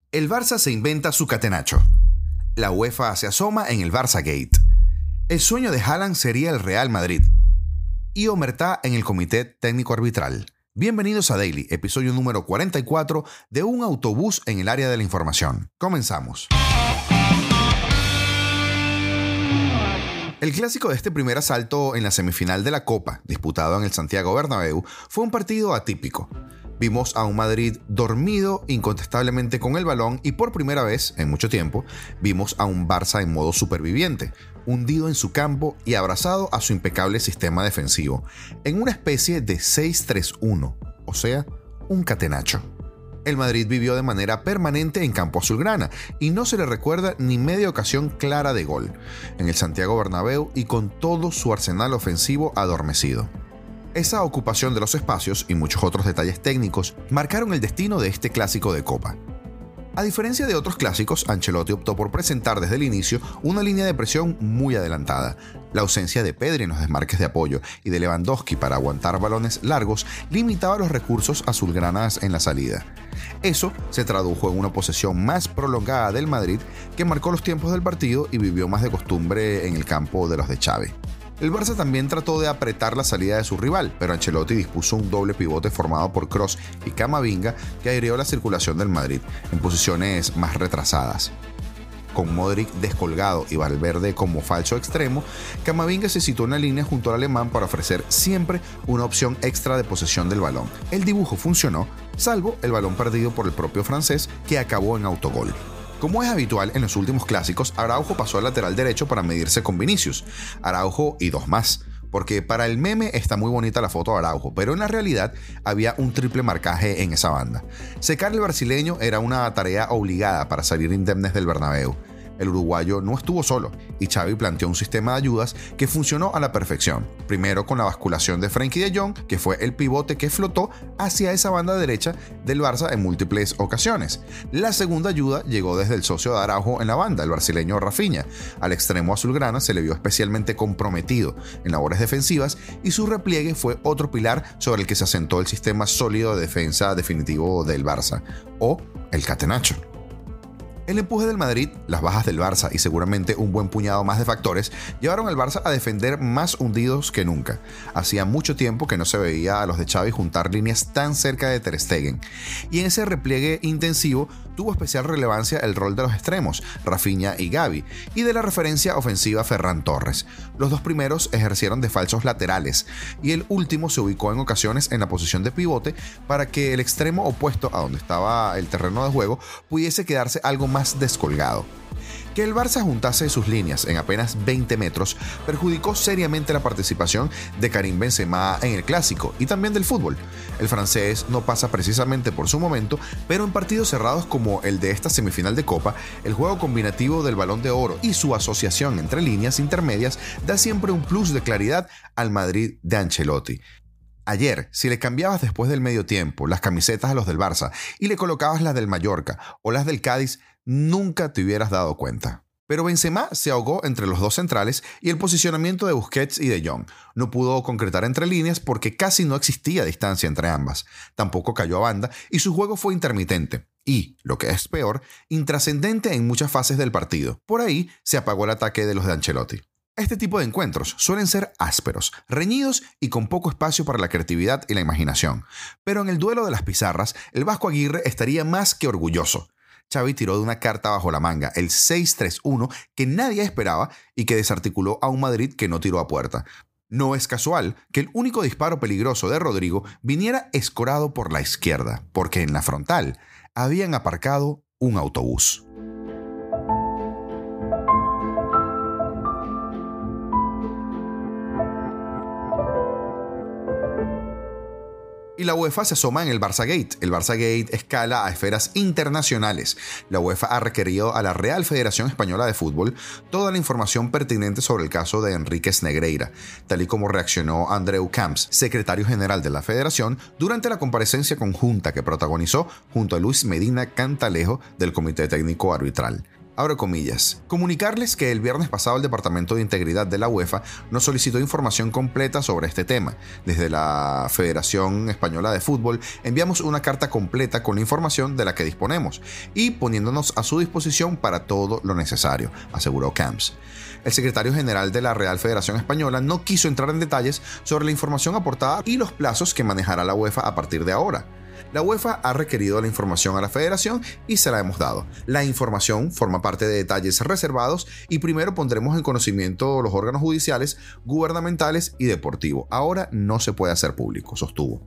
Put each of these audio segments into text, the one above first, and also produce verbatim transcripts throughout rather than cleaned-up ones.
El Barça se inventa su catenacho. La UEFA se asoma en el Barça Gate. El sueño de Haaland sería el Real Madrid. Y Omertá en el Comité Técnico Arbitral. Bienvenidos a Daily, episodio número cuarenta y cuatro de Un autobús en el área de la información. Comenzamos. El clásico de este primer asalto en la semifinal de la Copa, disputado en el Santiago Bernabéu, fue un partido atípico. Vimos a un Madrid dormido incontestablemente con el balón y por primera vez en mucho tiempo vimos a un Barça en modo superviviente, hundido en su campo y abrazado a su impecable sistema defensivo, en una especie de seis tres uno, o sea, un catenacho. El Madrid vivió de manera permanente en campo azulgrana y no se le recuerda ni media ocasión clara de gol, en el Santiago Bernabéu y con todo su arsenal ofensivo adormecido. Esa ocupación de los espacios y muchos otros detalles técnicos marcaron el destino de este clásico de Copa. A diferencia de otros clásicos, Ancelotti optó por presentar desde el inicio una línea de presión muy adelantada. La ausencia de Pedri en los desmarques de apoyo y de Lewandowski para aguantar balones largos limitaba los recursos azulgranas en la salida. Eso se tradujo en una posesión más prolongada del Madrid que marcó los tiempos del partido y vivió más de costumbre en el campo de los de Xavi. El Barça también trató de apretar la salida de su rival, pero Ancelotti dispuso un doble pivote formado por Kroos y Camavinga que aireó la circulación del Madrid en posiciones más retrasadas. Con Modric descolgado y Valverde como falso extremo, Camavinga se situó en la línea junto al alemán para ofrecer siempre una opción extra de posesión del balón. El dibujo funcionó, salvo el balón perdido por el propio francés que acabó en autogol. Como es habitual en los últimos clásicos, Araujo pasó al lateral derecho para medirse con Vinicius. Araujo y dos más, porque para el meme está muy bonita la foto de Araujo, pero en la realidad había un triple marcaje en esa banda. Secar al brasileño era una tarea obligada para salir indemnes del Bernabéu. El uruguayo no estuvo solo y Xavi planteó un sistema de ayudas que funcionó a la perfección. Primero con la basculación de Frenkie de Jong, que fue el pivote que flotó hacia esa banda derecha del Barça en múltiples ocasiones. La segunda ayuda llegó desde el socio de Araujo en la banda, el brasileño Rafinha. Al extremo azulgrana se le vio especialmente comprometido en labores defensivas y su repliegue fue otro pilar sobre el que se asentó el sistema sólido de defensa definitivo del Barça, o el catenacho. El empuje del Madrid, las bajas del Barça y seguramente un buen puñado más de factores llevaron al Barça a defender más hundidos que nunca. Hacía mucho tiempo que no se veía a los de Xavi juntar líneas tan cerca de Ter Stegen. Y en ese repliegue intensivo tuvo especial relevancia el rol de los extremos, Rafinha y Gavi, y de la referencia ofensiva Ferran Torres. Los dos primeros ejercieron de falsos laterales y el último se ubicó en ocasiones en la posición de pivote para que el extremo opuesto a donde estaba el terreno de juego pudiese quedarse algo más descolgado. Que el Barça juntase sus líneas en apenas veinte metros perjudicó seriamente la participación de Karim Benzema en el clásico y también del fútbol. El francés no pasa precisamente por su momento, pero en partidos cerrados como el de esta semifinal de Copa, el juego combinativo del Balón de Oro y su asociación entre líneas intermedias da siempre un plus de claridad al Madrid de Ancelotti. Ayer, si le cambiabas después del medio tiempo las camisetas a los del Barça y le colocabas las del Mallorca o las del Cádiz, nunca te hubieras dado cuenta. Pero Benzema se ahogó entre los dos centrales y el posicionamiento de Busquets y de Jong. No pudo concretar entre líneas porque casi no existía distancia entre ambas. Tampoco cayó a banda y su juego fue intermitente. Y, lo que es peor, intrascendente en muchas fases del partido. Por ahí se apagó el ataque de los de Ancelotti. Este tipo de encuentros suelen ser ásperos, reñidos y con poco espacio para la creatividad y la imaginación. Pero en el duelo de las pizarras, el Vasco Aguirre estaría más que orgulloso. Xavi tiró de una carta bajo la manga, el seis tres uno, que nadie esperaba y que desarticuló a un Madrid que no tiró a puerta. No es casual que el único disparo peligroso de Rodrigo viniera escorado por la izquierda, porque en la frontal habían aparcado un autobús. Y la UEFA se asoma en el Barça Gate. El Barça Gate escala a esferas internacionales. La UEFA ha requerido a la Real Federación Española de Fútbol toda la información pertinente sobre el caso de Enríquez Negreira, tal y como reaccionó Andreu Camps, secretario general de la Federación, durante la comparecencia conjunta que protagonizó junto a Luis Medina Cantalejo del Comité Técnico Arbitral. Abro comillas. Comunicarles que el viernes pasado el Departamento de Integridad de la UEFA nos solicitó información completa sobre este tema. Desde la Federación Española de Fútbol enviamos una carta completa con la información de la que disponemos y poniéndonos a su disposición para todo lo necesario, aseguró Camps. El secretario general de la Real Federación Española no quiso entrar en detalles sobre la información aportada y los plazos que manejará la UEFA a partir de ahora. La UEFA ha requerido la información a la federación y se la hemos dado. La información forma parte de detalles reservados y primero pondremos en conocimiento los órganos judiciales, gubernamentales y deportivos. Ahora no se puede hacer público, sostuvo.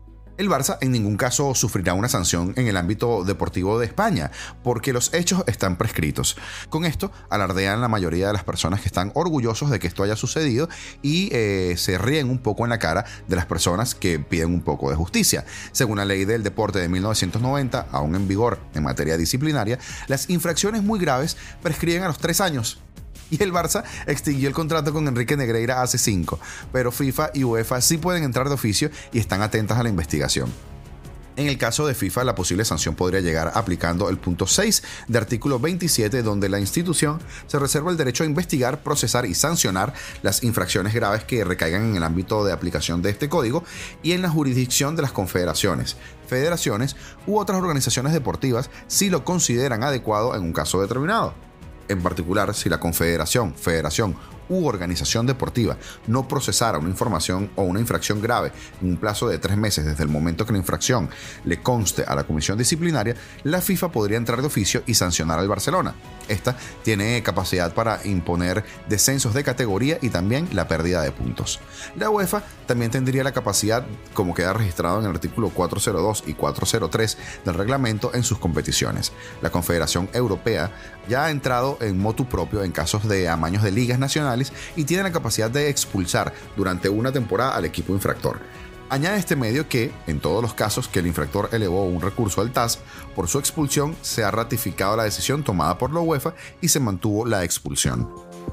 El Barça en ningún caso sufrirá una sanción en el ámbito deportivo de España, porque los hechos están prescritos. Con esto alardean la mayoría de las personas que están orgullosos de que esto haya sucedido y eh, se ríen un poco en la cara de las personas que piden un poco de justicia. Según la ley del deporte de mil novecientos noventa, aún en vigor en materia disciplinaria, las infracciones muy graves prescriben a los tres años. Y el Barça extinguió el contrato con Enrique Negreira hace cinco, pero FIFA y UEFA sí pueden entrar de oficio y están atentas a la investigación. En el caso de FIFA, la posible sanción podría llegar aplicando el punto seis de artículo veintisiete, donde la institución se reserva el derecho a investigar, procesar y sancionar las infracciones graves que recaigan en el ámbito de aplicación de este código y en la jurisdicción de las confederaciones, federaciones u otras organizaciones deportivas si lo consideran adecuado en un caso determinado. En particular, si la confederación, federación u organización deportiva no procesara una información o una infracción grave en un plazo de tres meses desde el momento que la infracción le conste a la comisión disciplinaria, la FIFA podría entrar de oficio y sancionar al Barcelona. Esta tiene capacidad para imponer descensos de categoría y también la pérdida de puntos. La UEFA también tendría la capacidad, como queda registrado en el artículo cuatrocientos dos y cuatrocientos tres del reglamento, en sus competiciones. La Confederación Europea ya ha entrado en motu propio en casos de amaños de ligas nacionales y tiene la capacidad de expulsar durante una temporada al equipo infractor. Añade este medio que, en todos los casos que el infractor elevó un recurso al T A S por su expulsión, se ha ratificado la decisión tomada por la UEFA y se mantuvo la expulsión.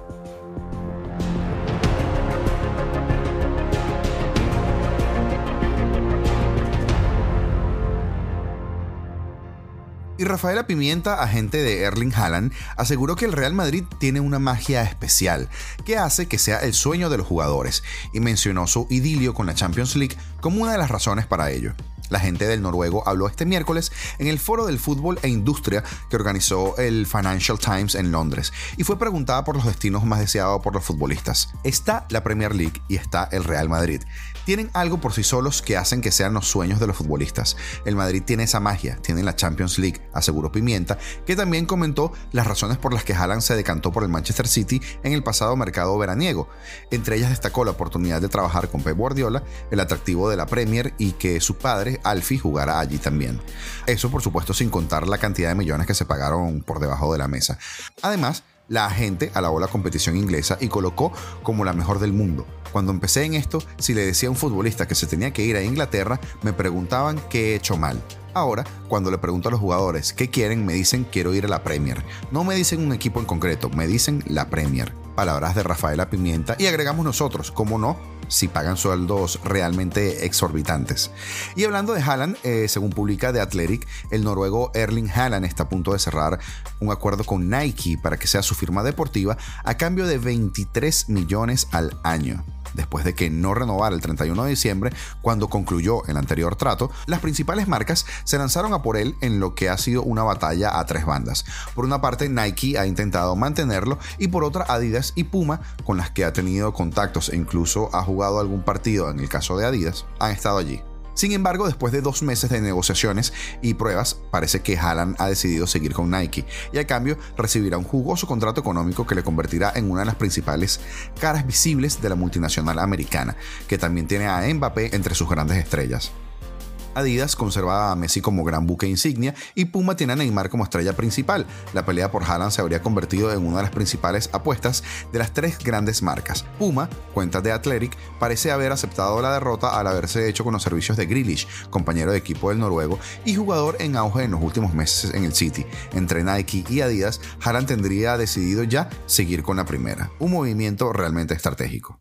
Y Rafaela Pimienta, agente de Erling Haaland, aseguró que el Real Madrid tiene una magia especial que hace que sea el sueño de los jugadores y mencionó su idilio con la Champions League como una de las razones para ello. La agente del noruego habló este miércoles en el Foro del Fútbol e Industria que organizó el Financial Times en Londres y fue preguntada por los destinos más deseados por los futbolistas. Está la Premier League y está el Real Madrid. Tienen algo por sí solos que hacen que sean los sueños de los futbolistas. El Madrid tiene esa magia, tiene la Champions League, aseguró Pimienta, que también comentó las razones por las que Haaland se decantó por el Manchester City en el pasado mercado veraniego. Entre ellas destacó la oportunidad de trabajar con Pep Guardiola, el atractivo de la Premier y que su padre, Alfie, jugara allí también. Eso, por supuesto, sin contar la cantidad de millones que se pagaron por debajo de la mesa. Además, la agente alabó la competición inglesa y colocó como la mejor del mundo. Cuando empecé en esto, si le decía a un futbolista que se tenía que ir a Inglaterra, me preguntaban qué he hecho mal. Ahora, cuando le pregunto a los jugadores qué quieren, me dicen quiero ir a la Premier. No me dicen un equipo en concreto, me dicen la Premier. Palabras de Rafaela Pimienta y agregamos nosotros, ¿cómo no?, si pagan sueldos realmente exorbitantes. Y hablando de Haaland, eh, según publica The Athletic, el noruego Erling Haaland está a punto de cerrar un acuerdo con Nike para que sea su firma deportiva a cambio de veintitrés millones al año. Después de que no renovara el treinta y uno de diciembre, cuando concluyó el anterior trato, las principales marcas se lanzaron a por él en lo que ha sido una batalla a tres bandas. Por una parte, Nike ha intentado mantenerlo y por otra, Adidas y Puma, con las que ha tenido contactos e incluso ha jugado algún partido en el caso de Adidas, han estado allí. Sin embargo, después de dos meses de negociaciones y pruebas, parece que Haaland ha decidido seguir con Nike y a cambio recibirá un jugoso contrato económico que le convertirá en una de las principales caras visibles de la multinacional americana, que también tiene a Mbappé entre sus grandes estrellas. Adidas conserva a Messi como gran buque insignia y Puma tiene a Neymar como estrella principal. La pelea por Haaland se habría convertido en una de las principales apuestas de las tres grandes marcas. Puma, cuenta de Athletic, parece haber aceptado la derrota al haberse hecho con los servicios de Grealish, compañero de equipo del noruego y jugador en auge en los últimos meses en el City. Entre Nike y Adidas, Haaland tendría decidido ya seguir con la primera. Un movimiento realmente estratégico.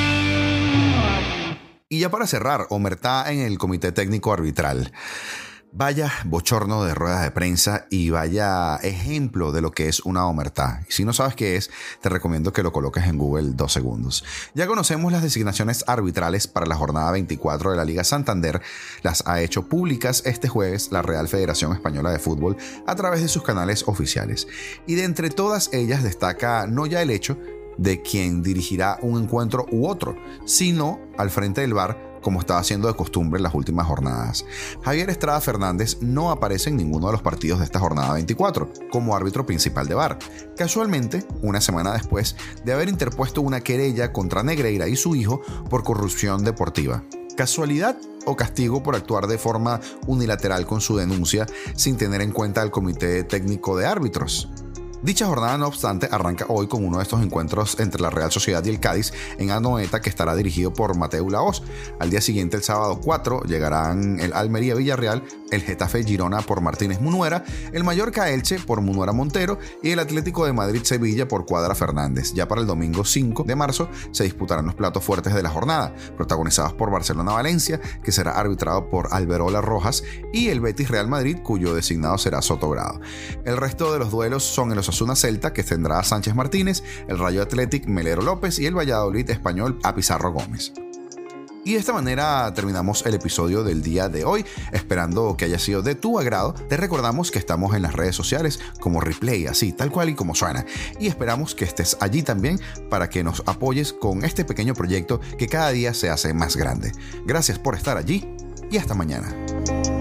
Y ya para cerrar, omertá en el Comité Técnico Arbitral. Vaya bochorno de ruedas de prensa y vaya ejemplo de lo que es una omertá. Y si no sabes qué es, te recomiendo que lo coloques en Google dos segundos. Ya conocemos las designaciones arbitrales para la jornada veinticuatro de la Liga Santander. Las ha hecho públicas este jueves la Real Federación Española de Fútbol a través de sus canales oficiales. Y de entre todas ellas destaca no ya el hecho de quien dirigirá un encuentro u otro, sino al frente del V A R, como estaba siendo de costumbre en las últimas jornadas. Javier Estrada Fernández no aparece en ninguno de los partidos de esta jornada veinticuatro como árbitro principal de V A R. Casualmente, una semana después de haber interpuesto una querella contra Negreira y su hijo por corrupción deportiva. ¿Casualidad o castigo por actuar de forma unilateral con su denuncia sin tener en cuenta al Comité Técnico de Árbitros? Dicha jornada, no obstante, arranca hoy con uno de estos encuentros entre la Real Sociedad y el Cádiz en Anoeta, que estará dirigido por Mateu Laoz. Al día siguiente, el sábado cuatro, llegarán el Almería Villarreal, el Getafe Girona por Martínez Munuera, el Mallorca Elche por Munuera Montero y el Atlético de Madrid Sevilla por Cuadra Fernández. Ya para el domingo cinco de marzo se disputarán los platos fuertes de la jornada, protagonizados por Barcelona Valencia, que será arbitrado por Alberola Rojas, y el Betis Real Madrid, cuyo designado será Sotogrado. El resto de los duelos son el Osasuna Celta, que tendrá a Sánchez Martínez, el Rayo Athletic Melero López y el Valladolid Español a Pizarro Gómez. Y de esta manera terminamos el episodio del día de hoy, esperando que haya sido de tu agrado. Te recordamos que estamos en las redes sociales como Replay, así tal cual y como suena, y esperamos que estés allí también para que nos apoyes con este pequeño proyecto que cada día se hace más grande. Gracias por estar allí y hasta mañana.